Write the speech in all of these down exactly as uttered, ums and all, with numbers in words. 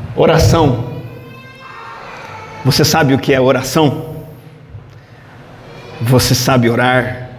Oração. Você sabe o que é oração? Você sabe orar?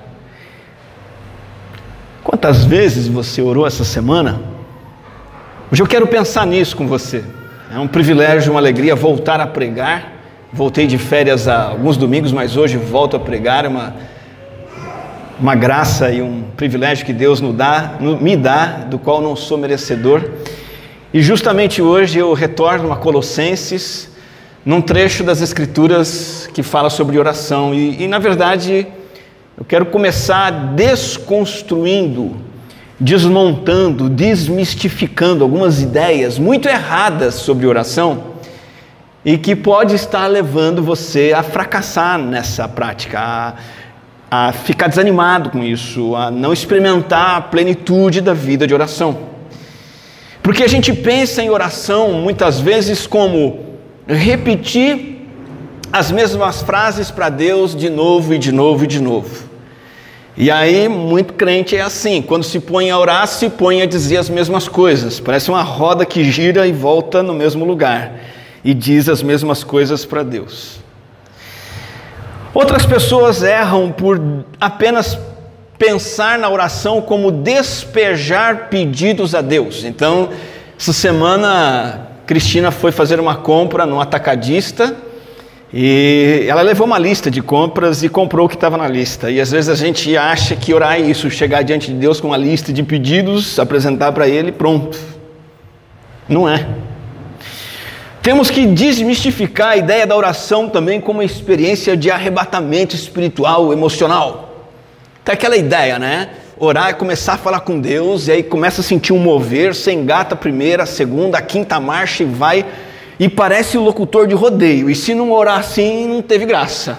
Quantas vezes você orou essa semana? Hoje eu quero pensar nisso com você. É um privilégio, uma alegria voltar a pregar. Voltei de férias há alguns domingos, mas hoje volto a pregar. É uma, uma graça e um privilégio que Deus nos dá, me dá, do qual não sou merecedor. E justamente hoje eu retorno a Colossenses, num trecho das Escrituras que fala sobre oração. E, e na verdade, eu quero começar desconstruindo, desmontando, desmistificando algumas ideias muito erradas sobre oração e que pode estar levando você a fracassar nessa prática, a, a ficar desanimado com isso, a não experimentar a plenitude da vida de oração. Porque a gente pensa em oração muitas vezes como repetir as mesmas frases para Deus de novo e de novo e de novo. E aí, muito crente é assim, quando se põe a orar, se põe a dizer as mesmas coisas. Parece uma roda que gira e volta no mesmo lugar e diz as mesmas coisas para Deus. Outras pessoas erram por apenas pensar na oração como despejar pedidos a Deus. Então, essa semana, Cristina foi fazer uma compra no atacadista e ela levou uma lista de compras e comprou o que estava na lista. E às vezes a gente acha que orar é isso, chegar diante de Deus com uma lista de pedidos, apresentar para Ele e pronto. Não é. Temos que desmistificar a ideia da oração também como uma experiência de arrebatamento espiritual, emocional. Tem aquela ideia, né? Orar é começar a falar com Deus, e aí começa a sentir um mover, você engata a primeira, a segunda, a quinta marcha e vai, e parece o locutor de rodeio, e se não orar assim, não teve graça.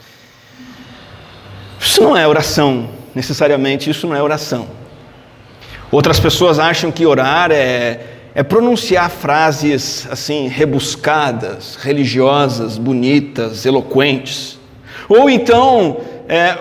Isso não é oração, necessariamente, isso não é oração. Outras pessoas acham que orar é, é pronunciar frases assim, rebuscadas, religiosas, bonitas, eloquentes, ou então é,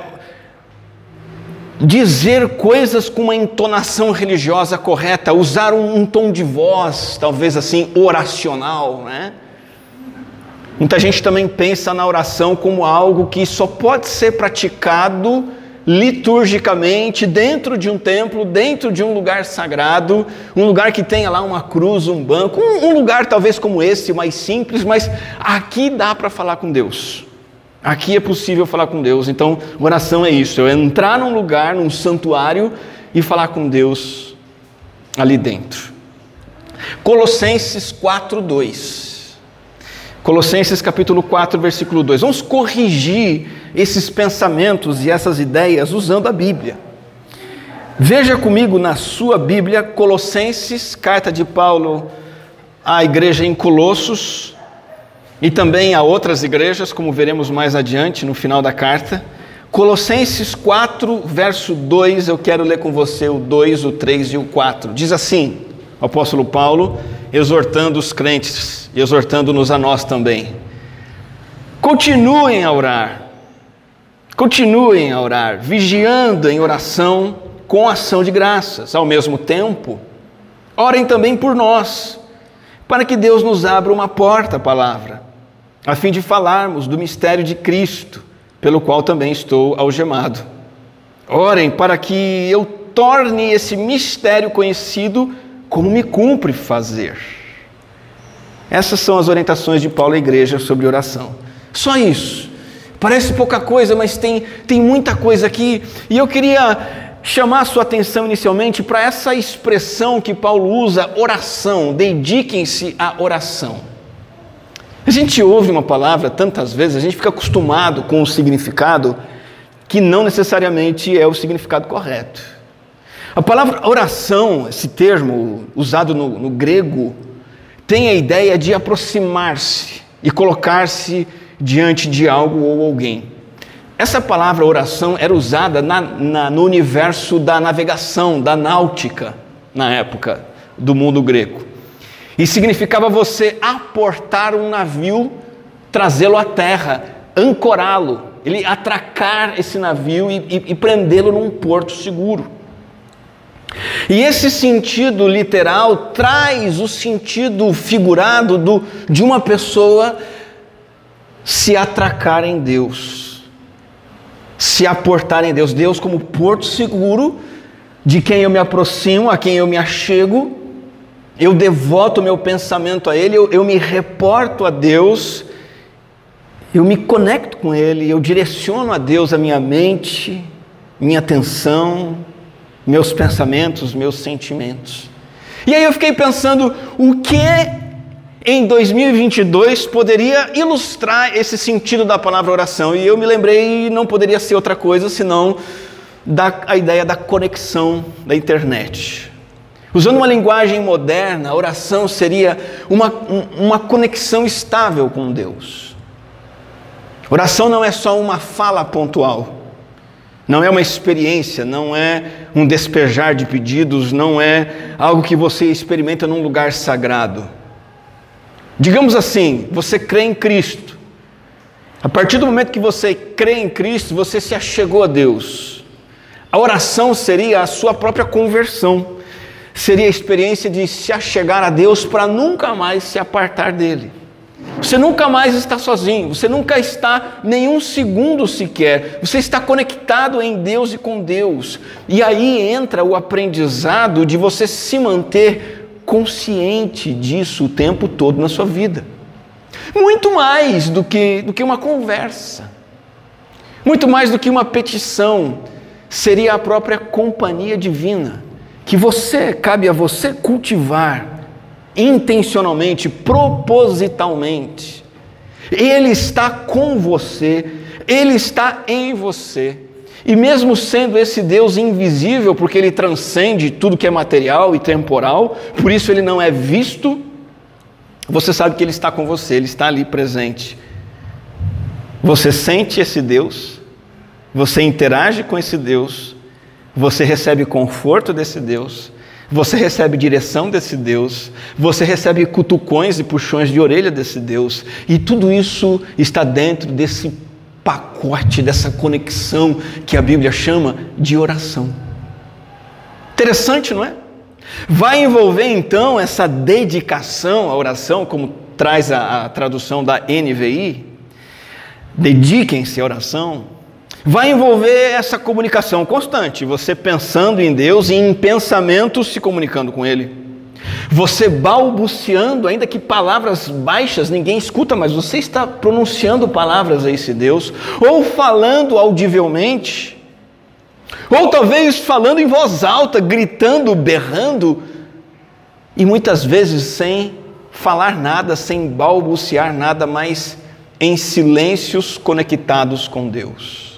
dizer coisas com uma entonação religiosa correta, usar um, um tom de voz, talvez assim, oracional, né? Muita gente também pensa na oração como algo que só pode ser praticado liturgicamente dentro de um templo, dentro de um lugar sagrado, um lugar que tenha lá uma cruz, um banco, um, um lugar talvez como esse, mais simples, mas aqui dá para falar com Deus. Aqui é possível falar com Deus. Então, oração é isso, é entrar num lugar, num santuário e falar com Deus ali dentro. Colossenses quatro, dois. Colossenses capítulo quatro, versículo dois. Vamos corrigir esses pensamentos e essas ideias usando a Bíblia. Veja comigo na sua Bíblia, Colossenses, carta de Paulo à igreja em Colossos, e também a outras igrejas, como veremos mais adiante no final da carta. Colossenses quatro, verso dois, eu quero ler com você o dois, o três e o quatro. Diz assim, o apóstolo Paulo, exortando os crentes, exortando-nos a nós também. Continuem a orar, continuem a orar, vigiando em oração com ação de graças. Ao mesmo tempo, orem também por nós, para que Deus nos abra uma porta à palavra, a fim de falarmos do mistério de Cristo, pelo qual também estou algemado. Orem para que eu torne esse mistério conhecido como me cumpre fazer. Essas são as orientações de Paulo à igreja sobre oração. Só isso. Parece pouca coisa, mas tem, tem muita coisa aqui. E eu queria chamar a sua atenção inicialmente para essa expressão que Paulo usa, oração. Dediquem-se à oração. A gente ouve uma palavra tantas vezes, a gente fica acostumado com o significado que não necessariamente é o significado correto. A palavra oração, esse termo usado no, no grego, tem a ideia de aproximar-se e colocar-se diante de algo ou alguém. Essa palavra oração era usada na, na, no universo da navegação, da náutica, na época do mundo grego. E significava você aportar um navio, trazê-lo à terra, ancorá-lo, ele atracar esse navio e, e, e prendê-lo num porto seguro. E esse sentido literal traz o sentido figurado do, de uma pessoa se atracar em Deus, se aportar em Deus, Deus como porto seguro de quem eu me aproximo, a quem eu me achego, eu devoto o meu pensamento a Ele, eu, eu me reporto a Deus, eu me conecto com Ele, eu direciono a Deus a minha mente, minha atenção, meus pensamentos, meus sentimentos. E aí eu fiquei pensando, o que em dois mil e vinte e dois poderia ilustrar esse sentido da palavra oração? E eu me lembrei, não poderia ser outra coisa senão da, a ideia da conexão da internet. Usando uma linguagem moderna, a oração seria uma, uma conexão estável com Deus. Oração não é só uma fala pontual. Não é uma experiência, não é um despejar de pedidos, não é algo que você experimenta num lugar sagrado. Digamos assim, você crê em Cristo. A partir do momento que você crê em Cristo, você se achegou a Deus. A oração seria a sua própria conversão. Seria a experiência de se achegar a Deus para nunca mais se apartar dele. Você nunca mais está sozinho, você nunca está nenhum segundo sequer, você está conectado em Deus e com Deus. E aí entra o aprendizado de você se manter consciente disso o tempo todo na sua vida. Muito mais do que, do que uma conversa, muito mais do que uma petição, seria a própria companhia divina, que você, cabe a você cultivar, intencionalmente, propositalmente. Ele está com você, Ele está em você, e mesmo sendo esse Deus invisível, porque Ele transcende tudo que é material e temporal, por isso Ele não é visto, você sabe que Ele está com você, Ele está ali presente. Você sente esse Deus, você interage com esse Deus, você recebe conforto desse Deus, você recebe direção desse Deus, você recebe cutucões e puxões de orelha desse Deus, e tudo isso está dentro desse pacote, dessa conexão que a Bíblia chama de oração. Interessante, não é? Vai envolver então essa dedicação à oração, como traz a, a tradução da N V I, dediquem-se à oração. Vai envolver essa comunicação constante, você pensando em Deus e em pensamento se comunicando com Ele. Você balbuciando, ainda que palavras baixas, ninguém escuta, mas você está pronunciando palavras a esse Deus, ou falando audivelmente, ou talvez falando em voz alta, gritando, berrando, e muitas vezes sem falar nada, sem balbuciar nada, mas em silêncios conectados com Deus.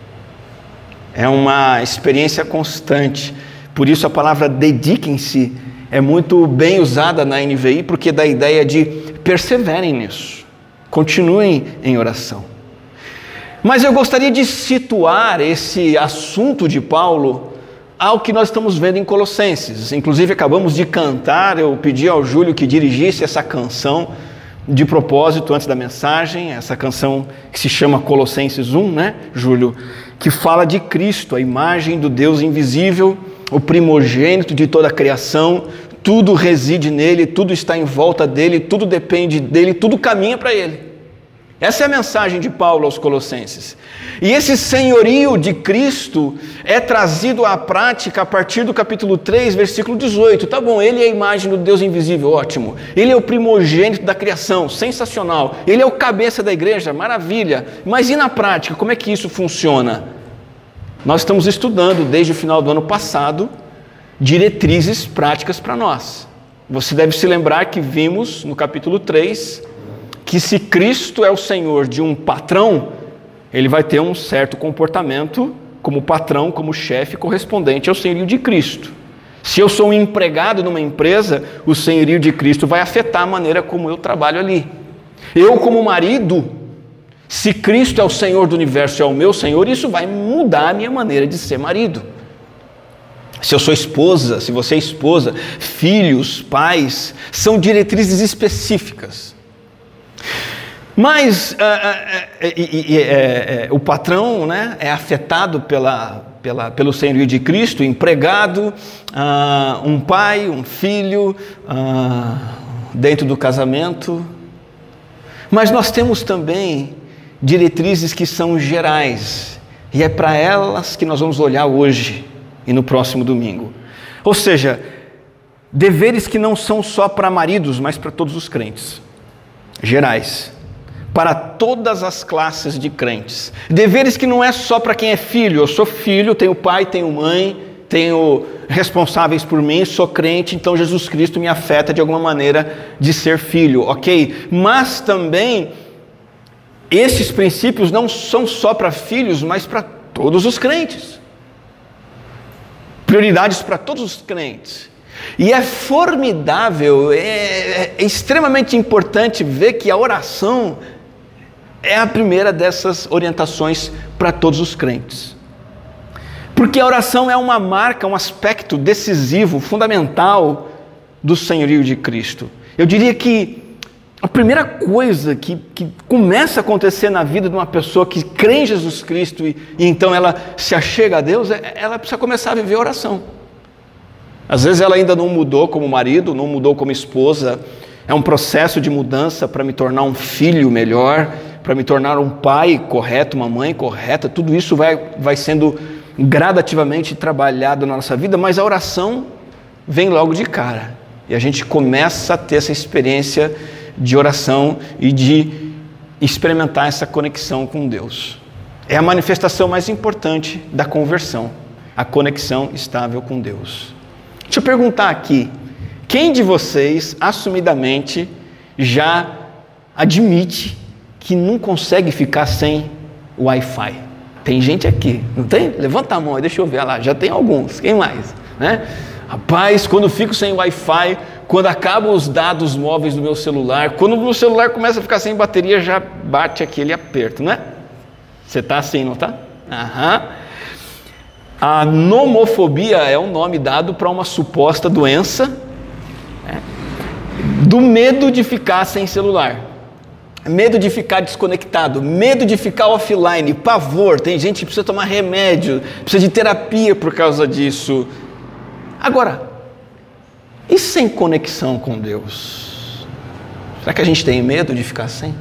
É uma experiência constante, por isso a palavra dediquem-se é muito bem usada na N V I, porque dá a ideia de perseverem nisso, continuem em oração. Mas eu gostaria de situar esse assunto de Paulo ao que nós estamos vendo em Colossenses. Inclusive acabamos de cantar, eu pedi ao Júlio que dirigisse essa canção de propósito antes da mensagem, essa canção que se chama Colossenses um, né, Júlio? Que fala de Cristo, a imagem do Deus invisível, o primogênito de toda a criação, tudo reside nele, tudo está em volta dele, tudo depende dele, tudo caminha para ele. Essa é a mensagem de Paulo aos Colossenses. E esse senhorio de Cristo é trazido à prática a partir do capítulo três, versículo dezoito. Tá bom, ele é a imagem do Deus invisível, ótimo. Ele é o primogênito da criação, sensacional. Ele é o cabeça da igreja, maravilha. Mas e na prática, como é que isso funciona? Nós estamos estudando desde o final do ano passado diretrizes práticas para nós. Você deve se lembrar que vimos no capítulo três que se Cristo é o Senhor de um patrão, ele vai ter um certo comportamento como patrão, como chefe, correspondente ao senhorio de Cristo. Se eu sou um empregado numa empresa, o senhorio de Cristo vai afetar a maneira como eu trabalho ali. Eu, como marido, se Cristo é o Senhor do universo e é o meu Senhor, isso vai mudar a minha maneira de ser marido. Se eu sou esposa, se você é esposa, filhos, pais, são diretrizes específicas. Mas uh, uh, e, e, é, é, o patrão, né, é afetado pela, pela, pelo senhorio de Cristo, empregado, ah, um pai, um filho, ah, dentro do casamento. Mas nós temos também diretrizes que são gerais, e é para elas que nós vamos olhar hoje e no próximo domingo. Ou seja, deveres que não são só para maridos, mas para todos os crentes, gerais, para todas as classes de crentes. Deveres que não é só para quem é filho. Eu sou filho, tenho pai, tenho mãe, tenho responsáveis por mim, sou crente, então Jesus Cristo me afeta de alguma maneira de ser filho, ok? Mas também, esses princípios não são só para filhos, mas para todos os crentes. Prioridades para todos os crentes. E é formidável, é, é extremamente importante ver que a oração é a primeira dessas orientações para todos os crentes. Porque a oração é uma marca, um aspecto decisivo, fundamental do senhorio de Cristo. Eu diria que a primeira coisa que, que começa a acontecer na vida de uma pessoa que crê em Jesus Cristo e, e então ela se achega a Deus, é, ela precisa começar a viver a oração. Às vezes ela ainda não mudou como marido, não mudou como esposa. É um processo de mudança para me tornar um filho melhor, para me tornar um pai correto, uma mãe correta. Tudo isso vai, vai sendo gradativamente trabalhado na nossa vida, mas a oração vem logo de cara. E a gente começa a ter essa experiência de oração e de experimentar essa conexão com Deus. É a manifestação mais importante da conversão, a conexão estável com Deus. Deixa eu perguntar aqui, quem de vocês, assumidamente, já admite que não consegue ficar sem Wi-Fi? Tem gente aqui, não tem? Levanta a mão aí, deixa eu ver lá, já tem alguns, quem mais? Né? Rapaz, quando eu fico sem Wi-Fi, quando acabam os dados móveis do meu celular, quando o meu celular começa a ficar sem bateria, já bate aquele aperto, né? Você está assim, não está? Aham. A nomofobia é um nome dado para uma suposta doença, né, do medo de ficar sem celular, medo de ficar desconectado, medo de ficar offline, pavor. Tem gente que precisa tomar remédio, precisa de terapia por causa disso. Agora, e sem conexão com Deus? Será que a gente tem medo de ficar sem?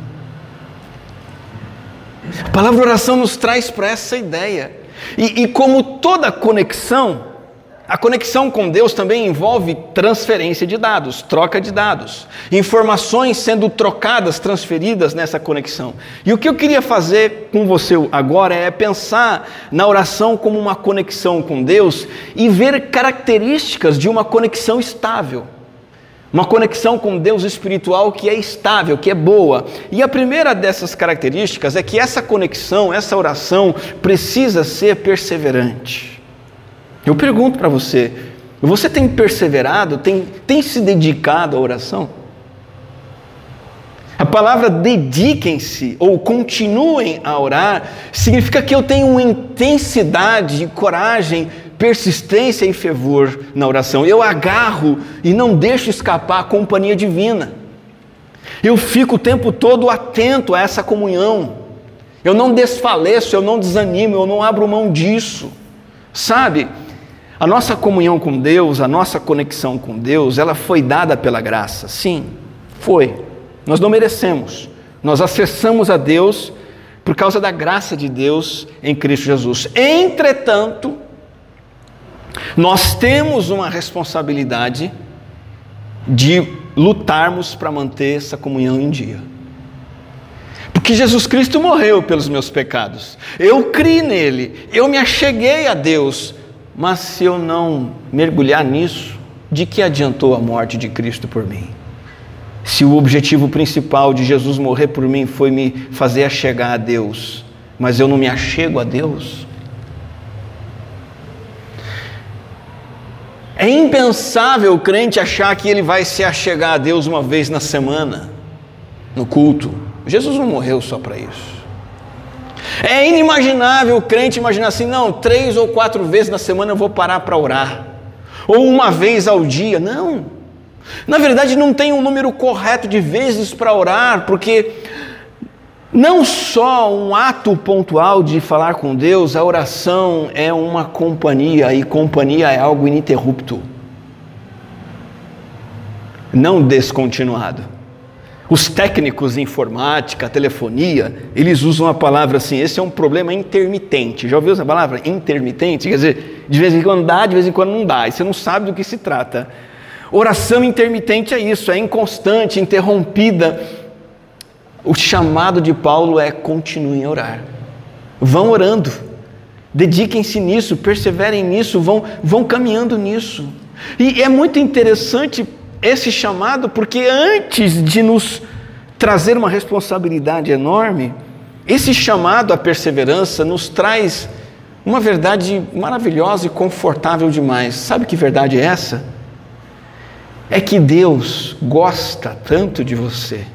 A palavra oração nos traz para essa ideia. E, e como toda conexão, a conexão com Deus também envolve transferência de dados, troca de dados, informações sendo trocadas, transferidas nessa conexão. E o que eu queria fazer com você agora é pensar na oração como uma conexão com Deus e ver características de uma conexão estável. Uma conexão com Deus espiritual que é estável, que é boa. E a primeira dessas características é que essa conexão, essa oração, precisa ser perseverante. Eu pergunto para você, você tem perseverado, tem, tem se dedicado à oração? A palavra dediquem-se ou continuem a orar significa que eu tenho intensidade, coragem, persistência e fervor na oração. Eu agarro e não deixo escapar a companhia divina. Eu fico o tempo todo atento a essa comunhão. Eu não desfaleço, eu não desanimo, eu não abro mão disso. Sabe, a nossa comunhão com Deus, a nossa conexão com Deus, ela foi dada pela graça. Sim, foi. Nós não merecemos. Nós acessamos a Deus por causa da graça de Deus em Cristo Jesus. Entretanto, nós temos uma responsabilidade de lutarmos para manter essa comunhão em dia. Porque Jesus Cristo morreu pelos meus pecados. Eu criei nele, eu me acheguei a Deus. Mas se eu não mergulhar nisso, de que adiantou a morte de Cristo por mim? Se o objetivo principal de Jesus morrer por mim foi me fazer achegar a Deus, mas eu não me achego a Deus? É impensável o crente achar que ele vai se achegar a Deus uma vez na semana, no culto. Jesus não morreu só para isso. É inimaginável o crente imaginar assim, não, três ou quatro vezes na semana eu vou parar para orar. Ou uma vez ao dia. Não. Na verdade não tem um número correto de vezes para orar, porque Não só um ato pontual de falar com Deus, a oração é uma companhia, e companhia é algo ininterrupto, não descontinuado. Os técnicos de informática, telefonia, eles usam a palavra assim, esse é um problema intermitente. Já ouviu essa palavra? Intermitente? Quer dizer, de vez em quando dá, de vez em quando não dá, e você não sabe do que se trata. Oração intermitente é isso, é inconstante, interrompida. O chamado de Paulo é: continuem a orar. Vão orando, dediquem-se nisso, perseverem nisso, vão, vão caminhando nisso. E é muito interessante esse chamado, porque antes de nos trazer uma responsabilidade enorme, esse chamado à perseverança nos traz uma verdade maravilhosa e confortável demais. Sabe que verdade é essa? É que Deus gosta tanto de você.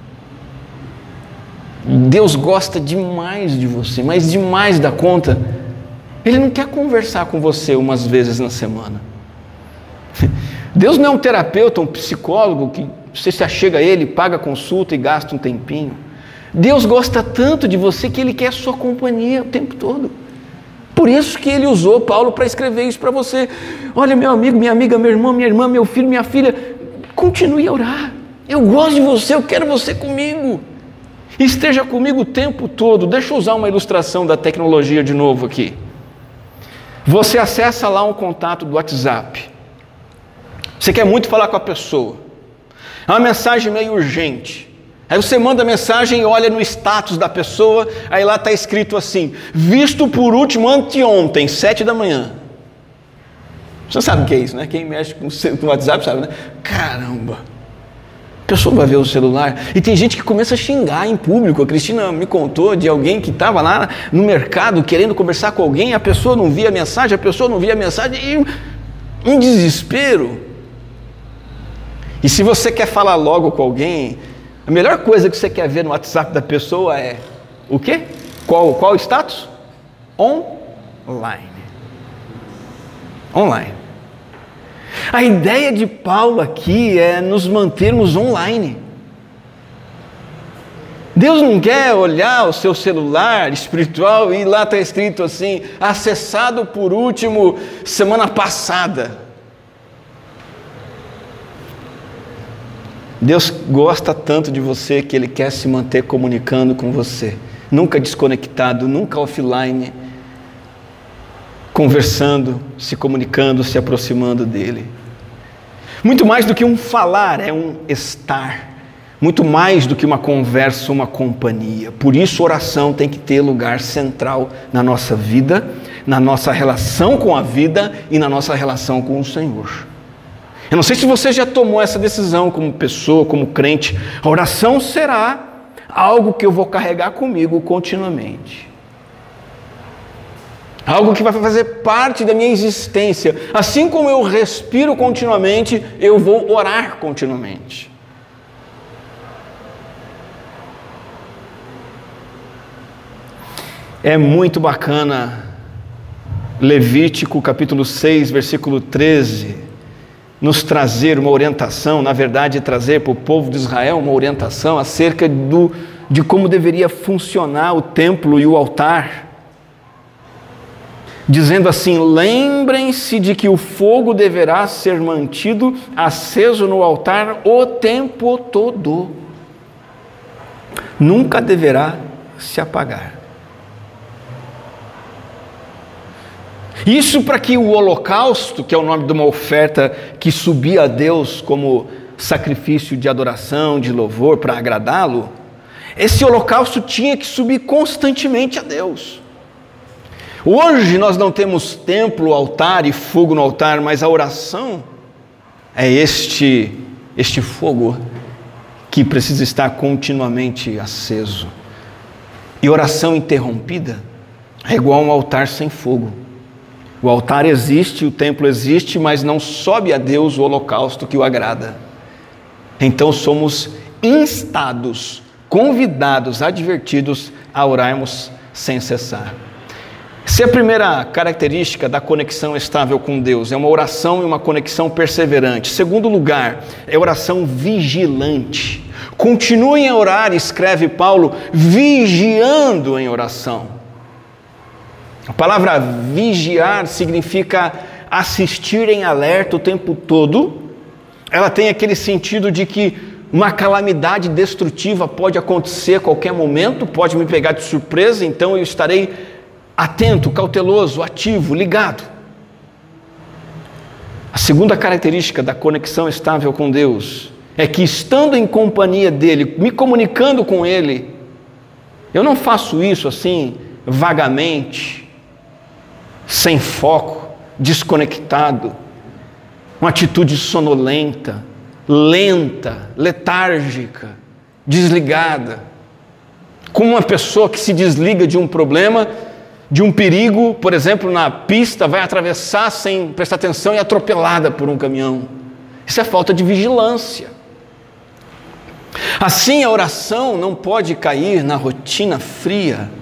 Deus gosta demais de você, mas demais da conta. Ele não quer conversar com você umas vezes na semana. Deus não é um terapeuta, um psicólogo que você se achega a ele, paga a consulta e gasta um tempinho. Deus gosta tanto de você que Ele quer a sua companhia o tempo todo. Por isso que Ele usou Paulo para escrever isso para você. Olha, meu amigo, minha amiga, meu irmão, minha irmã, meu filho, minha filha, continue a orar. Eu gosto de você, eu quero você comigo. Esteja comigo o tempo todo. Deixa eu usar uma ilustração da tecnologia de novo aqui. Você acessa lá um contato do WhatsApp. Você quer muito falar com a pessoa. É uma mensagem meio urgente. Aí você manda a mensagem e olha no status da pessoa, aí lá está escrito assim: visto por último anteontem, sete da manhã. Você sabe o que é isso, né? Quem mexe com o WhatsApp sabe, né? Caramba! A pessoa vai ver o celular e tem gente que começa a xingar em público. A Cristina me contou de alguém que estava lá no mercado querendo conversar com alguém, a pessoa não via a mensagem, a pessoa não via a mensagem, e um desespero. E se você quer falar logo com alguém, a melhor coisa que você quer ver no WhatsApp da pessoa é o quê? Qual, qual o status? Online. Online. A ideia de Paulo aqui é nos mantermos online. Deus não quer olhar o seu celular espiritual e lá está escrito assim: acessado por último semana passada. Deus gosta tanto de você que Ele quer se manter comunicando com você, nunca desconectado, nunca offline, conversando, se comunicando, se aproximando dEle. Muito mais do que um falar, é um estar. Muito mais do que uma conversa, uma companhia. Por isso, oração tem que ter lugar central na nossa vida, na nossa relação com a vida e na nossa relação com o Senhor. Eu não sei se você já tomou essa decisão como pessoa, como crente. A oração será algo que eu vou carregar comigo continuamente. Algo que vai fazer parte da minha existência. Assim como eu respiro continuamente, eu vou orar continuamente. É muito bacana Levítico capítulo seis, versículo treze, nos trazer uma orientação, na verdade trazer para o povo de Israel uma orientação acerca do, de como deveria funcionar o templo e o altar. Dizendo assim: lembrem-se de que o fogo deverá ser mantido aceso no altar o tempo todo. Nunca deverá se apagar. Isso para que o holocausto, que é o nome de uma oferta que subia a Deus como sacrifício de adoração, de louvor, para agradá-lo, esse holocausto tinha que subir constantemente a Deus. Hoje nós não temos templo, altar e fogo no altar, mas a oração é este, este fogo que precisa estar continuamente aceso. E oração interrompida é igual a um altar sem fogo. O altar existe, o templo existe, mas não sobe a Deus o holocausto que o agrada. Então somos instados, convidados, advertidos a orarmos sem cessar. Essa é a primeira característica da conexão estável com Deus, é uma oração e uma conexão perseverante. Segundo lugar, é oração vigilante. Continuem a orar, escreve Paulo, vigiando em oração. A palavra vigiar significa assistir em alerta o tempo todo. Ela tem aquele sentido de que uma calamidade destrutiva pode acontecer a qualquer momento, pode me pegar de surpresa, então eu estarei atento, cauteloso, ativo, ligado. A segunda característica da conexão estável com Deus é que, estando em companhia dEle, me comunicando com Ele, eu não faço isso assim, vagamente, sem foco, desconectado, uma atitude sonolenta, lenta, letárgica, desligada, como uma pessoa que se desliga de um problema, de um perigo, por exemplo, na pista, vai atravessar sem prestar atenção e é atropelada por um caminhão. Isso é falta de vigilância. Assim, a oração não pode cair na rotina fria.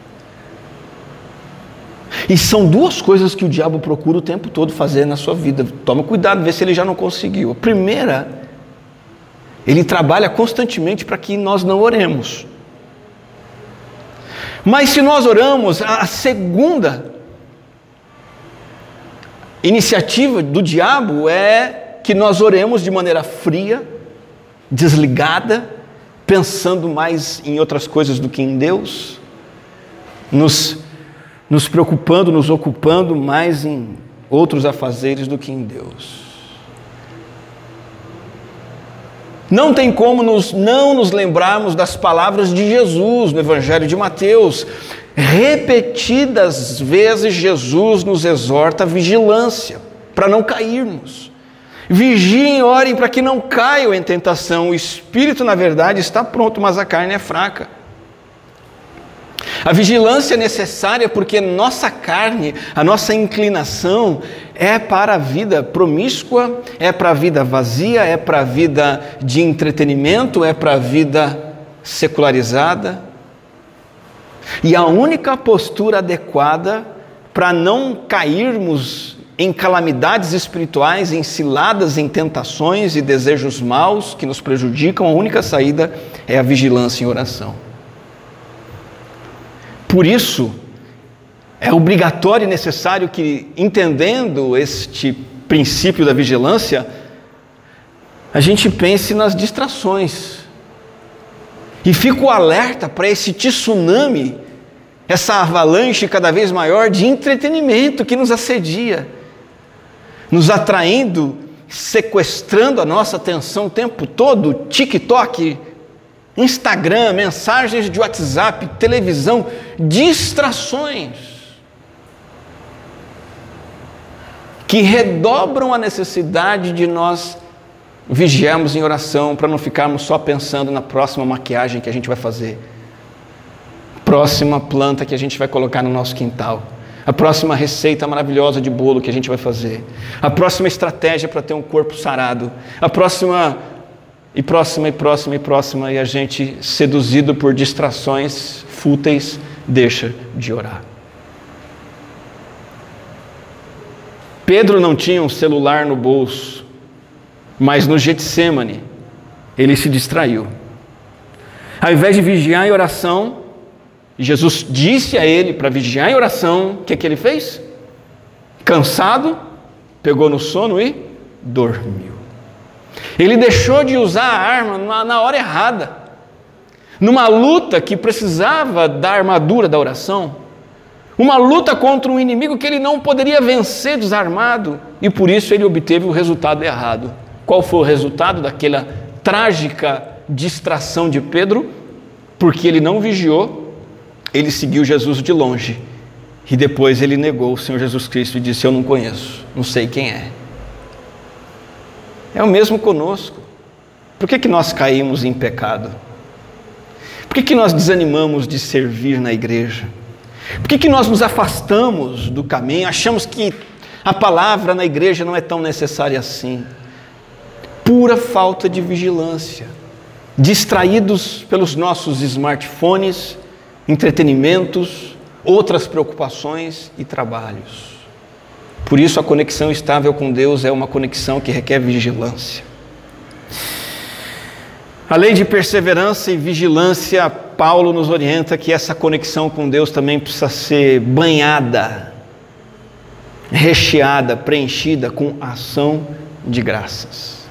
E são duas coisas que o diabo procura o tempo todo fazer na sua vida. Toma cuidado, vê se ele já não conseguiu. A primeira, ele trabalha constantemente para que nós não oremos. Mas se nós oramos, a segunda iniciativa do diabo é que nós oremos de maneira fria, desligada, pensando mais em outras coisas do que em Deus, nos, nos preocupando, nos ocupando mais em outros afazeres do que em Deus. Não tem como nos, não nos lembrarmos das palavras de Jesus no Evangelho de Mateus. Repetidas vezes Jesus nos exorta a vigilância, para não cairmos. Vigiem e orem para que não caiam em tentação. O espírito, na verdade, está pronto, mas a carne é fraca. A vigilância é necessária porque nossa carne, a nossa inclinação é para a vida promíscua, é para a vida vazia, é para a vida de entretenimento, é para a vida secularizada. E a única postura adequada para não cairmos em calamidades espirituais, em ciladas, em tentações e desejos maus que nos prejudicam, a única saída é a vigilância em oração. Por isso, é obrigatório e necessário que, entendendo este princípio da vigilância, a gente pense nas distrações. E fico alerta para esse tsunami, essa avalanche cada vez maior de entretenimento que nos assedia, nos atraindo, sequestrando a nossa atenção o tempo todo. TikTok, Instagram, mensagens de WhatsApp, televisão, distrações que redobram a necessidade de nós vigiarmos em oração, para não ficarmos só pensando na próxima maquiagem que a gente vai fazer, próxima planta que a gente vai colocar no nosso quintal, a próxima receita maravilhosa de bolo que a gente vai fazer, a próxima estratégia para ter um corpo sarado, a próxima e próxima e próxima e próxima, e a gente, seduzido por distrações fúteis, deixa de orar. Pedro não tinha um celular no bolso, mas no Getsêmani ele se distraiu. Ao invés de vigiar em oração, Jesus disse a ele para vigiar em oração, o que, que ele fez? Cansado, pegou no sono e dormiu. Ele deixou de usar a arma na, na hora errada, numa luta que precisava da armadura da oração, uma luta contra um inimigo que ele não poderia vencer desarmado, e por isso ele obteve o resultado errado. Qual foi o resultado daquela trágica distração de Pedro? Porque ele não vigiou, ele seguiu Jesus de longe, e depois ele negou o Senhor Jesus Cristo e disse: eu não conheço, não sei quem é. É o mesmo conosco. Por que que nós caímos em pecado? Por que que nós desanimamos de servir na igreja? Por que que nós nos afastamos do caminho? Achamos que a palavra na igreja não é tão necessária assim. Pura falta de vigilância. Distraídos pelos nossos smartphones, entretenimentos, outras preocupações e trabalhos. Por isso, a conexão estável com Deus é uma conexão que requer vigilância. Além de perseverança e vigilância, Paulo nos orienta que essa conexão com Deus também precisa ser banhada, recheada, preenchida com ação de graças.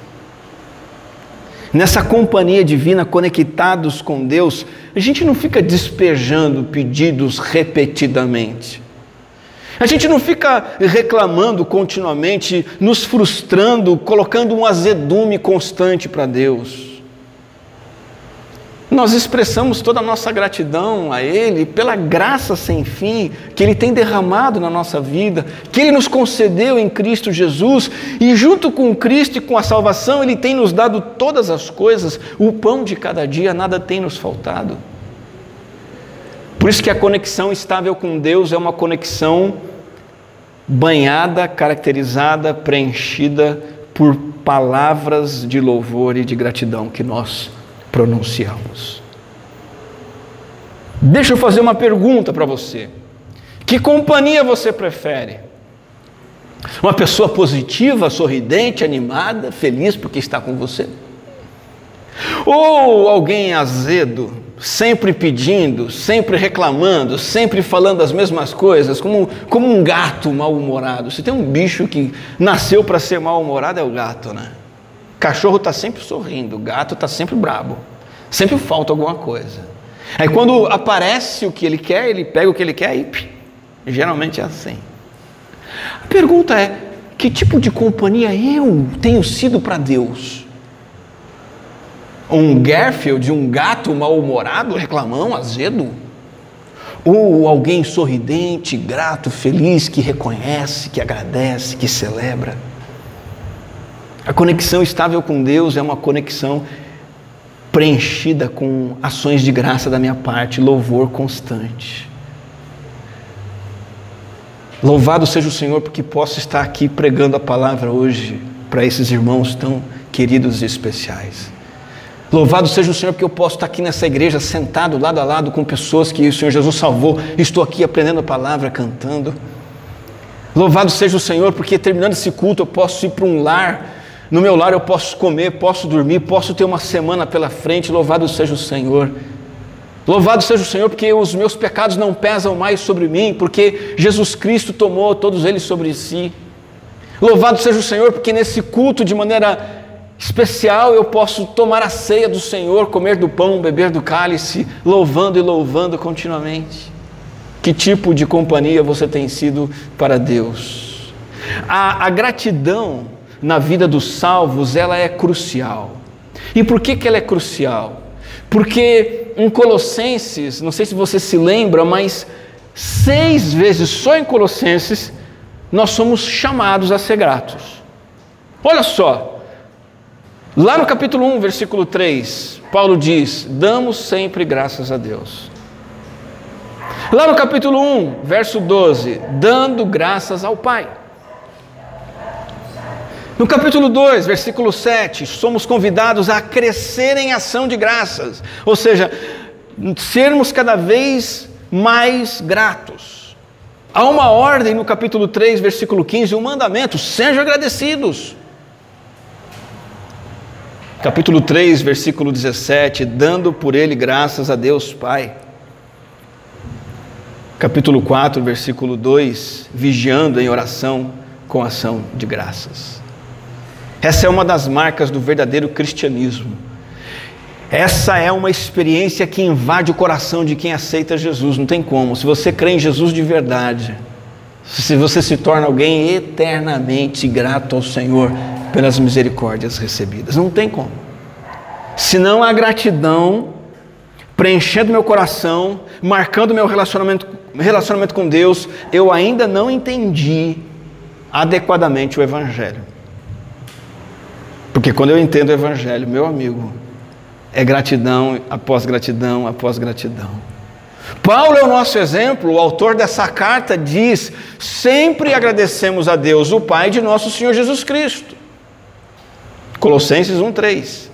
Nessa companhia divina, conectados com Deus, a gente não fica despejando pedidos repetidamente. A gente não fica reclamando continuamente, nos frustrando, colocando um azedume constante para Deus. Nós expressamos toda a nossa gratidão a Ele pela graça sem fim que Ele tem derramado na nossa vida, que Ele nos concedeu em Cristo Jesus, e junto com Cristo e com a salvação Ele tem nos dado todas as coisas, o pão de cada dia, nada tem nos faltado. Por isso que a conexão estável com Deus é uma conexão banhada, caracterizada, preenchida por palavras de louvor e de gratidão que nós pronunciamos. Deixa eu fazer uma pergunta para você. Que companhia você prefere? Uma pessoa positiva, sorridente, animada, feliz porque está com você? Ou alguém azedo, sempre pedindo, sempre reclamando, sempre falando as mesmas coisas, como, como um gato mal-humorado? Se tem um bicho que nasceu para ser mal-humorado, é o gato, né? Cachorro está sempre sorrindo, o gato está sempre brabo, sempre falta alguma coisa. Aí quando aparece o que ele quer, ele pega o que ele quer e pim, geralmente é assim. A pergunta é, que tipo de companhia eu tenho sido para Deus? Um Garfield, um gato mal-humorado, reclamão, azedo? Ou alguém sorridente, grato, feliz, que reconhece, que agradece, que celebra? A conexão estável com Deus é uma conexão preenchida com ações de graça da minha parte, louvor constante. Louvado seja o Senhor porque posso estar aqui pregando a palavra hoje para esses irmãos tão queridos e especiais. Louvado seja o Senhor porque eu posso estar aqui nessa igreja sentado lado a lado com pessoas que o Senhor Jesus salvou. Estou aqui aprendendo a palavra, cantando. Louvado seja o Senhor porque terminando esse culto eu posso ir para um lar. No meu lar eu posso comer, posso dormir, posso ter uma semana pela frente. Louvado seja o Senhor. Louvado seja o Senhor porque os meus pecados não pesam mais sobre mim, porque Jesus Cristo tomou todos eles sobre si. Louvado seja o Senhor porque nesse culto de maneira especial eu posso tomar a ceia do Senhor, comer do pão, beber do cálice, louvando e louvando continuamente. Que tipo de companhia você tem sido para Deus? A, a gratidão na vida dos salvos, ela é crucial. E por que que ela é crucial? Porque em Colossenses, não sei se você se lembra, mas seis vezes só em Colossenses, nós somos chamados a ser gratos. Olha só, lá no capítulo um, versículo três, Paulo diz, damos sempre graças a Deus. Lá no capítulo um, verso doze, dando graças ao Pai. No capítulo dois, versículo sete, somos convidados a crescer em ação de graças, ou seja, sermos cada vez mais gratos. Há uma ordem no capítulo três, versículo quinze, um mandamento, sejam agradecidos. Capítulo três, versículo dezessete, dando por ele graças a Deus Pai. Capítulo quatro, versículo dois, vigiando em oração com ação de graças. Essa é uma das marcas do verdadeiro cristianismo. Essa é uma experiência que invade o coração de quem aceita Jesus, não tem como. Se você crê em Jesus de verdade, se você se torna alguém eternamente grato ao Senhor pelas misericórdias recebidas, não tem como. Senão a gratidão preenchendo meu coração, marcando meu relacionamento, relacionamento com Deus, eu ainda não entendi adequadamente o Evangelho. Porque quando eu entendo o Evangelho, meu amigo, é gratidão após gratidão após gratidão. Paulo é o nosso exemplo, o autor dessa carta diz, sempre agradecemos a Deus, o Pai de nosso Senhor Jesus Cristo. Colossenses um, três.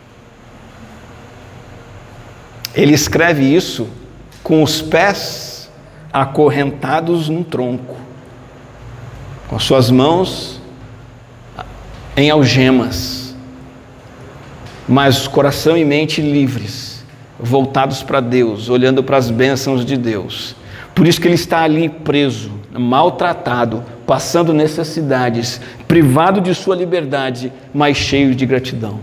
Ele escreve isso com os pés acorrentados num tronco, com as suas mãos em algemas. mas coração e mente livres, voltados para Deus, olhando para as bênçãos de Deus. Por isso que ele está ali preso, maltratado, passando necessidades, privado de sua liberdade, mas cheio de gratidão.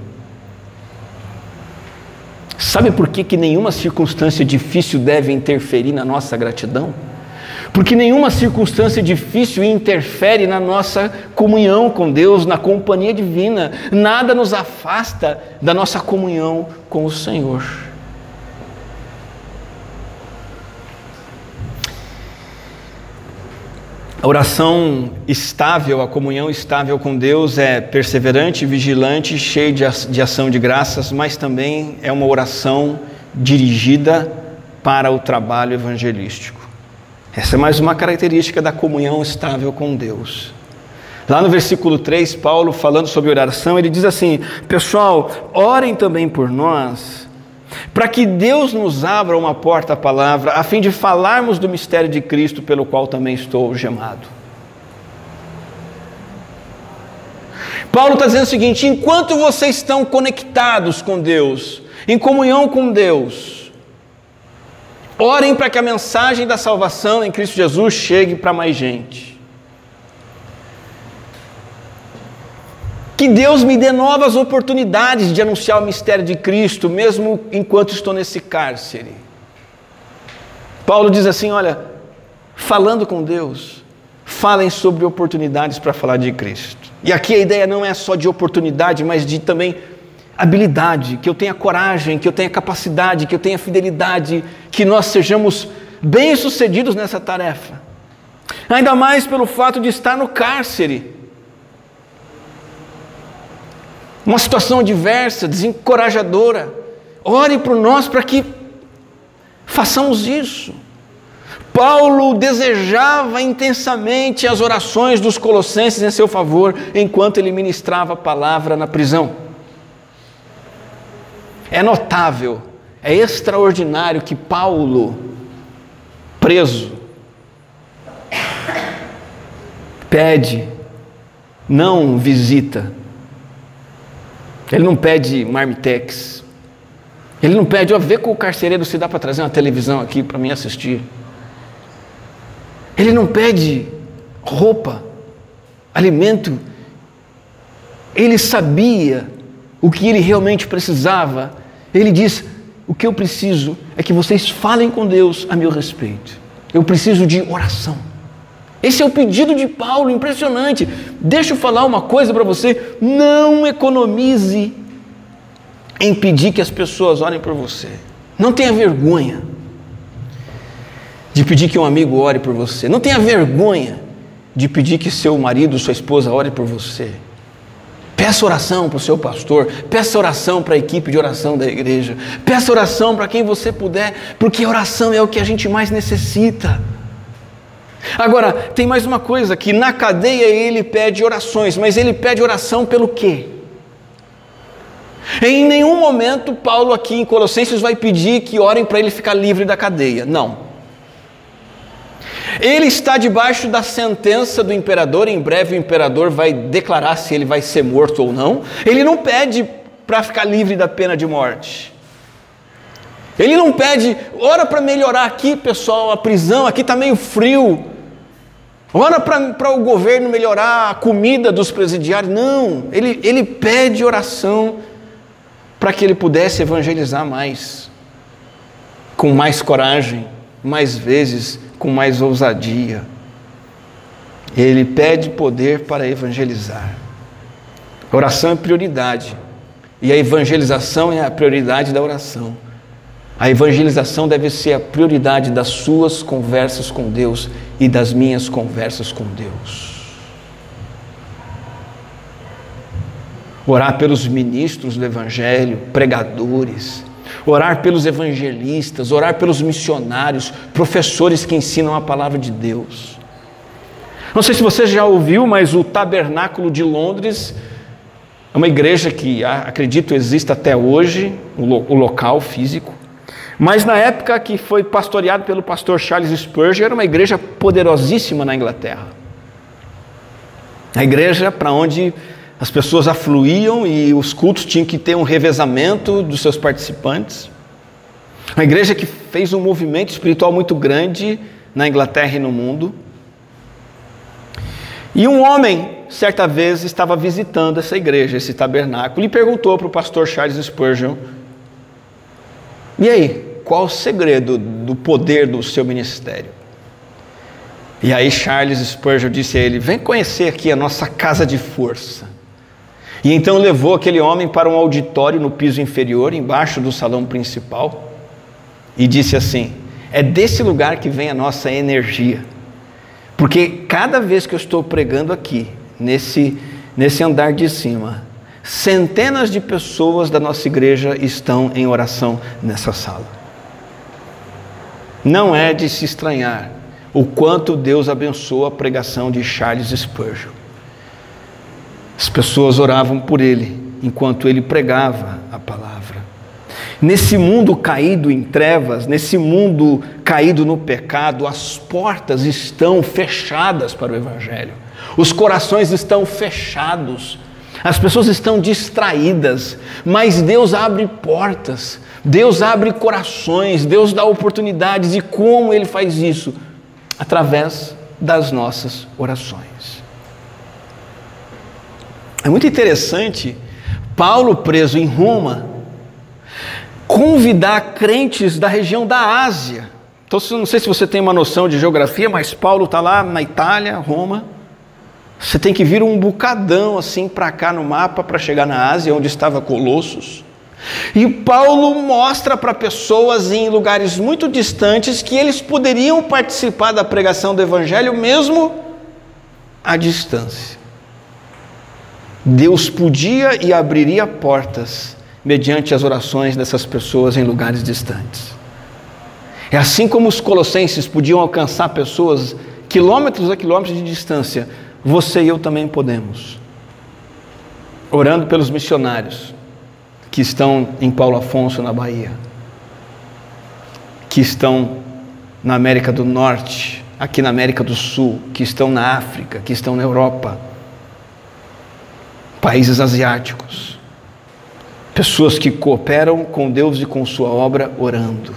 Sabe por que que nenhuma circunstância difícil deve interferir na nossa gratidão? Porque nenhuma circunstância difícil interfere na nossa comunhão com Deus, na companhia divina. Nada nos afasta da nossa comunhão com o Senhor. A oração estável, a comunhão estável com Deus é perseverante, vigilante, cheia de ação de graças, mas também é uma oração dirigida para o trabalho evangelístico. Essa é mais uma característica da comunhão estável com Deus. Lá no versículo três, Paulo, falando sobre oração, ele diz assim: pessoal, orem também por nós, para que Deus nos abra uma porta à palavra, a fim de falarmos do mistério de Cristo, pelo qual também estou algemado. Paulo está dizendo o seguinte: enquanto vocês estão conectados com Deus, em comunhão com Deus, orem para que a mensagem da salvação em Cristo Jesus chegue para mais gente. Que Deus me dê novas oportunidades de anunciar o mistério de Cristo, mesmo enquanto estou nesse cárcere. Paulo diz assim: olha, falando com Deus, falem sobre oportunidades para falar de Cristo. E aqui a ideia não é só de oportunidade, mas de também habilidade, que eu tenha coragem, que eu tenha capacidade, que eu tenha fidelidade, que nós sejamos bem-sucedidos nessa tarefa. Ainda mais pelo fato de estar no cárcere. Uma situação adversa, desencorajadora. Ore por nós para que façamos isso. Paulo desejava intensamente as orações dos colossenses em seu favor, enquanto ele ministrava a palavra na prisão. É notável, é extraordinário que Paulo, preso, pede, não visita. Ele não pede marmitex. Ele não pede, ó, vê com o carcereiro se dá para trazer uma televisão aqui para mim assistir. Ele não pede roupa, alimento. Ele sabia o que ele realmente precisava. Ele diz: o que eu preciso é que vocês falem com Deus a meu respeito. Eu preciso de oração. Esse é o pedido de Paulo, impressionante. Deixa eu falar uma coisa para você: não economize em pedir que as pessoas orem por você. Não tenha vergonha de pedir que um amigo ore por você. Não tenha vergonha de pedir que seu marido, sua esposa ore por você. Peça oração para o seu pastor, peça oração para a equipe de oração da igreja, peça oração para quem você puder, porque oração é o que a gente mais necessita. Agora, tem mais uma coisa, que na cadeia ele pede orações, mas ele pede oração pelo quê? Em nenhum momento Paulo aqui em Colossenses vai pedir que orem para ele ficar livre da cadeia, não. Ele está debaixo da sentença do imperador, em breve o imperador vai declarar se ele vai ser morto ou não. Ele não pede para ficar livre da pena de morte. Ele não pede, ora para melhorar aqui, pessoal, a prisão, aqui está meio frio. Ora para o governo melhorar a comida dos presidiários. Não, ele, ele pede oração para que ele pudesse evangelizar mais, com mais coragem, mais vezes, com mais ousadia. Ele pede poder para evangelizar. A oração é prioridade, e a evangelização é a prioridade da oração. A evangelização deve ser a prioridade das suas conversas com Deus e das minhas conversas com Deus. Orar pelos ministros do Evangelho, pregadores, orar pelos evangelistas, orar pelos missionários, professores que ensinam a palavra de Deus. Não sei se você já ouviu, mas o Tabernáculo de Londres é uma igreja que acredito existe até hoje, o local físico. Mas na época que foi pastoreado pelo pastor Charles Spurgeon, era uma igreja poderosíssima na Inglaterra. A igreja para onde As pessoas afluíam e os cultos tinham que ter um revezamento dos seus participantes. Uma igreja que fez um movimento espiritual muito grande na Inglaterra e no mundo. E um homem, certa vez, estava visitando essa igreja, esse tabernáculo, e perguntou para o pastor Charles Spurgeon: e aí, qual o segredo do poder do seu ministério? E aí Charles Spurgeon disse a ele: vem conhecer aqui a nossa casa de força. E então levou aquele homem para um auditório no piso inferior, embaixo do salão principal, e disse assim: é desse lugar que vem a nossa energia, porque cada vez que eu estou pregando aqui, nesse, nesse andar de cima, centenas de pessoas da nossa igreja estão em oração nessa sala. Não é de se estranhar o quanto Deus abençoa a pregação de Charles Spurgeon. As pessoas oravam por ele enquanto ele pregava a palavra. Nesse mundo caído em trevas, nesse mundo caído no pecado, as portas estão fechadas para o Evangelho. Os corações estão fechados. As pessoas estão distraídas, mas Deus abre portas, Deus abre corações, Deus dá oportunidades. E como Ele faz isso? Através das nossas orações. É muito interessante Paulo, preso em Roma, convidar crentes da região da Ásia. Então, não sei se você tem uma noção de geografia, mas Paulo está lá na Itália, Roma. Você tem que vir um bocadão assim para cá no mapa para chegar na Ásia, onde estava Colossos. E Paulo mostra para pessoas em lugares muito distantes que eles poderiam participar da pregação do Evangelho mesmo à distância. Deus podia e abriria portas mediante as orações dessas pessoas em lugares distantes. É assim como os colossenses podiam alcançar pessoas quilômetros a quilômetros de distância, você e eu também podemos. Orando pelos missionários que estão em Paulo Afonso, na Bahia, que estão na América do Norte, aqui na América do Sul, que estão na África, que estão na Europa, países asiáticos, pessoas que cooperam com Deus e com sua obra orando.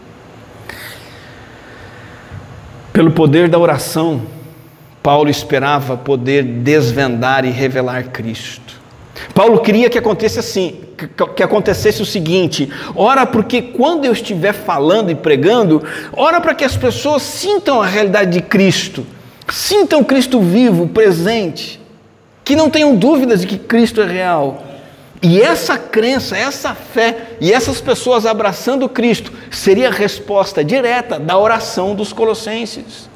Pelo poder da oração, Paulo esperava poder desvendar e revelar Cristo. Paulo queria que acontecesse assim, que acontecesse o seguinte: ora, porque quando eu estiver falando e pregando, ora para que as pessoas sintam a realidade de Cristo, sintam Cristo vivo, presente, que não tenham dúvidas de que Cristo é real. E essa crença, essa fé e essas pessoas abraçando Cristo seria a resposta direta da oração dos colossenses.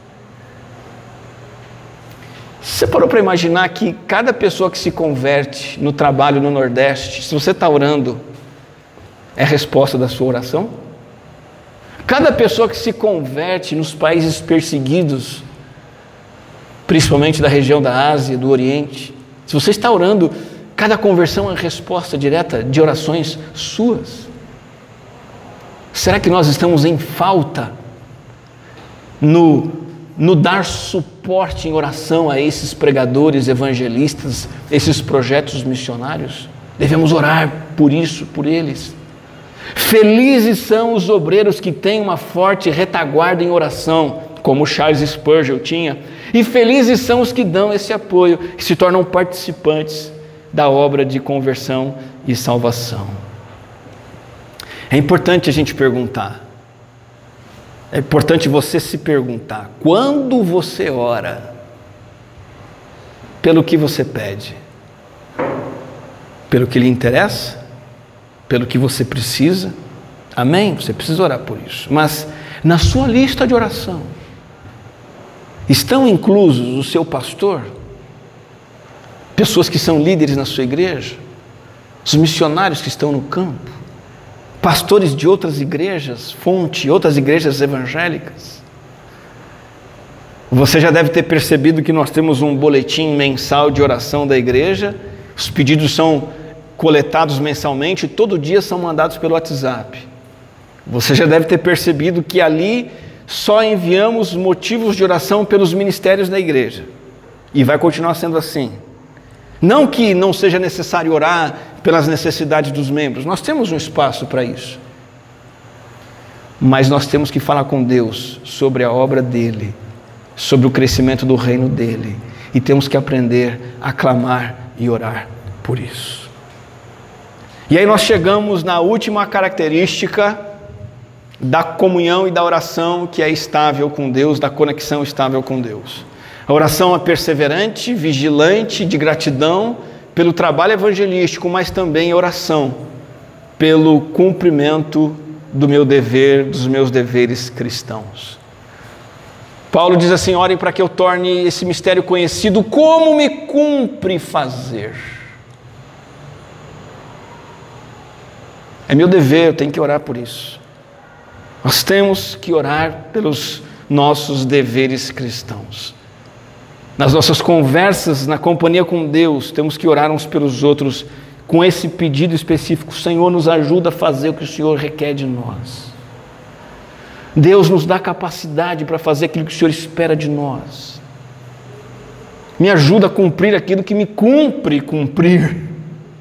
Você parou para imaginar que cada pessoa que se converte no trabalho no Nordeste, se você está orando, é a resposta da sua oração? Cada pessoa que se converte nos países perseguidos, principalmente da região da Ásia, do Oriente, se você está orando, cada conversão é resposta direta de orações suas. Será que nós estamos em falta no, no dar suporte em oração a esses pregadores, evangelistas, esses projetos missionários? Devemos orar por isso, por eles. Felizes são os obreiros que têm uma forte retaguarda em oração, como Charles Spurgeon tinha, e felizes são os que dão esse apoio, que se tornam participantes da obra de conversão e salvação. É importante a gente perguntar, é importante você se perguntar, quando você ora, pelo que você pede? Pelo que lhe interessa? Pelo que você precisa? Amém? Você precisa orar por isso. Mas na sua lista de oração, estão inclusos o seu pastor? Pessoas que são líderes na sua igreja? Os missionários que estão no campo? Pastores de outras igrejas, fonte, outras igrejas evangélicas? Você já deve ter percebido que nós temos um boletim mensal de oração da igreja. Os pedidos são coletados mensalmente e todo dia são mandados pelo WhatsApp. Você já deve ter percebido que ali só enviamos motivos de oração pelos ministérios da igreja. E vai continuar sendo assim. Não que não seja necessário orar pelas necessidades dos membros, nós temos um espaço para isso. Mas nós temos que falar com Deus sobre a obra dEle, sobre o crescimento do reino dEle. E temos que aprender a clamar e orar por isso. E aí nós chegamos na última característica da comunhão e da oração que é estável com Deus, da conexão estável com Deus. A oração é perseverante, vigilante, de gratidão pelo trabalho evangelístico, mas também oração pelo cumprimento do meu dever, dos meus deveres cristãos. Paulo diz assim: orem para que eu torne esse mistério conhecido, como me cumpre fazer. É meu dever, eu tenho que orar por isso. Nós temos que orar pelos nossos deveres cristãos. Nas nossas conversas, na companhia com Deus, temos que orar uns pelos outros com esse pedido específico: Senhor, nos ajuda a fazer o que o Senhor requer de nós. Deus nos dá capacidade para fazer aquilo que o Senhor espera de nós. Me ajuda a cumprir aquilo que me cumpre cumprir.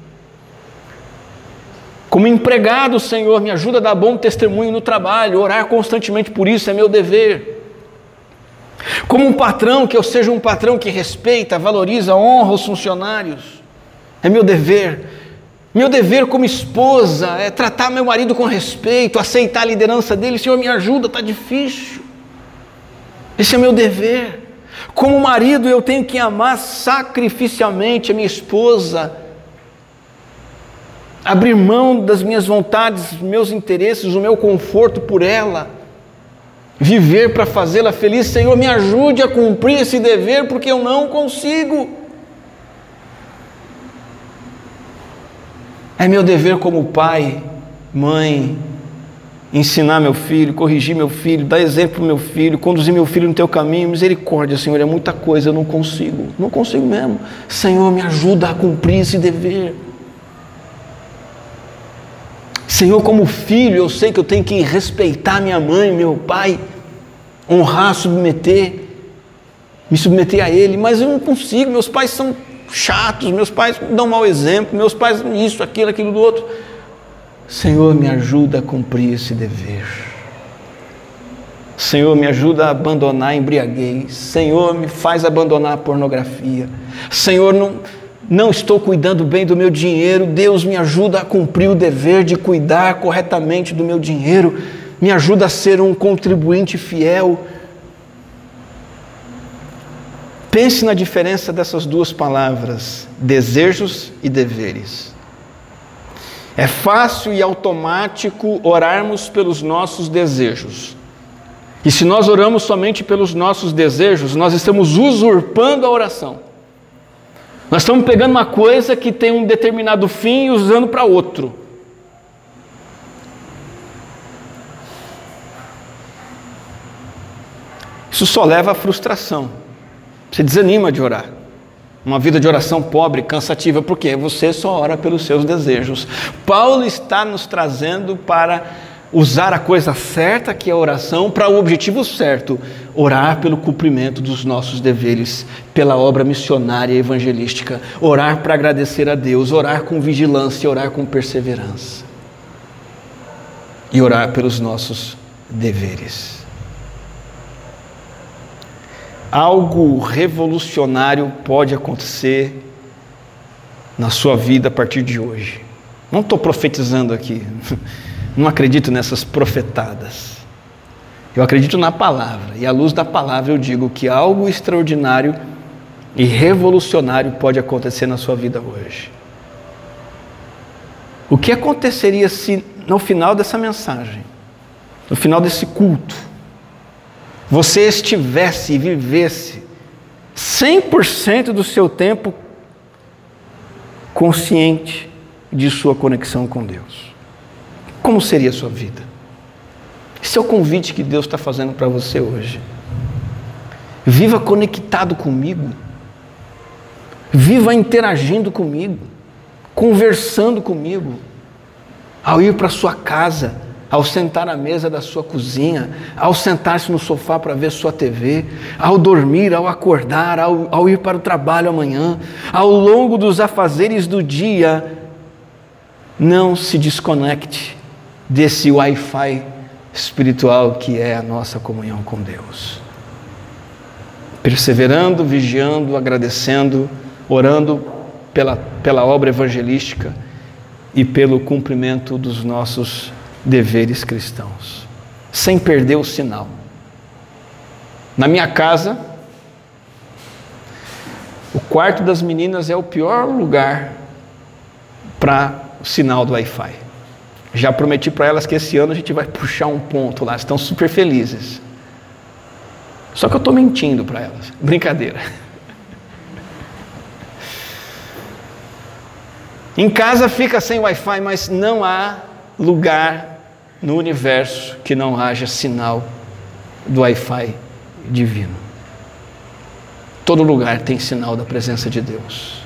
Como empregado, Senhor, me ajuda a dar bom testemunho no trabalho, orar constantemente por isso é meu dever. Como um patrão, que eu seja um patrão que respeita, valoriza, honra os funcionários, é meu dever. Meu dever como esposa é tratar meu marido com respeito, aceitar a liderança dele. Senhor, me ajuda, está difícil. Esse é meu dever. Como marido, eu tenho que amar sacrificialmente a minha esposa, abrir mão das minhas vontades, dos meus interesses, o meu conforto por ela, viver para fazê-la feliz. Senhor, me ajude a cumprir esse dever, porque eu não consigo. É meu dever como pai, mãe, ensinar meu filho, corrigir meu filho, dar exemplo para meu filho, conduzir meu filho no teu caminho. Misericórdia, Senhor, é muita coisa, eu não consigo, não consigo mesmo. Senhor, me ajuda a cumprir esse dever. Senhor, como filho, eu sei que eu tenho que respeitar minha mãe, meu pai, honrar, submeter, me submeter a ele, mas eu não consigo, meus pais são chatos, meus pais dão mau exemplo, meus pais isso, aquilo, aquilo do outro. Senhor, me ajuda a cumprir esse dever. Senhor, me ajuda a abandonar a embriaguez. Senhor, me faz abandonar a pornografia. Senhor, não, não estou cuidando bem do meu dinheiro. Deus, me ajuda a cumprir o dever de cuidar corretamente do meu dinheiro. Me ajuda a ser um contribuinte fiel. Pense na diferença dessas duas palavras, desejos e deveres. É fácil e automático orarmos pelos nossos desejos. E se nós oramos somente pelos nossos desejos, nós estamos usurpando a oração. Nós estamos pegando uma coisa que tem um determinado fim e usando para outro. Isso só leva à frustração. Você desanima de orar. Uma vida de oração pobre, cansativa, porque você só ora pelos seus desejos. Paulo está nos trazendo para usar a coisa certa, que é a oração, para o objetivo certo: orar pelo cumprimento dos nossos deveres, pela obra missionária e evangelística, orar para agradecer a Deus, orar com vigilância, orar com perseverança e orar pelos nossos deveres. Algo revolucionário pode acontecer na sua vida a partir de hoje. Não estou profetizando aqui, não acredito nessas profetadas. Eu acredito na palavra, e à luz da palavra eu digo que algo extraordinário e revolucionário pode acontecer na sua vida hoje. O que aconteceria se no final dessa mensagem, no final desse culto, você estivesse e vivesse cem por cento do seu tempo consciente de sua conexão com Deus? Como seria a sua vida? Esse é o convite que Deus está fazendo para você hoje. Viva conectado comigo. Viva interagindo comigo, conversando comigo. Ao ir para a sua casa, ao sentar à mesa da sua cozinha, ao sentar-se no sofá para ver sua T V, ao dormir, ao acordar, ao, ao ir para o trabalho amanhã, ao longo dos afazeres do dia, não se desconecte desse Wi-Fi espiritual que é a nossa comunhão com Deus. Perseverando, vigiando, agradecendo, orando pela, pela obra evangelística e pelo cumprimento dos nossos deveres cristãos, sem perder o sinal. Na minha casa, o quarto das meninas é o pior lugar para o sinal do Wi-Fi. Já prometi para elas que esse ano a gente vai puxar um ponto lá, estão super felizes. Só que eu estou mentindo para elas, brincadeira. Em casa fica sem Wi-Fi, mas não há lugar no universo que não haja sinal do Wi-Fi divino. Todo lugar tem sinal da presença de Deus.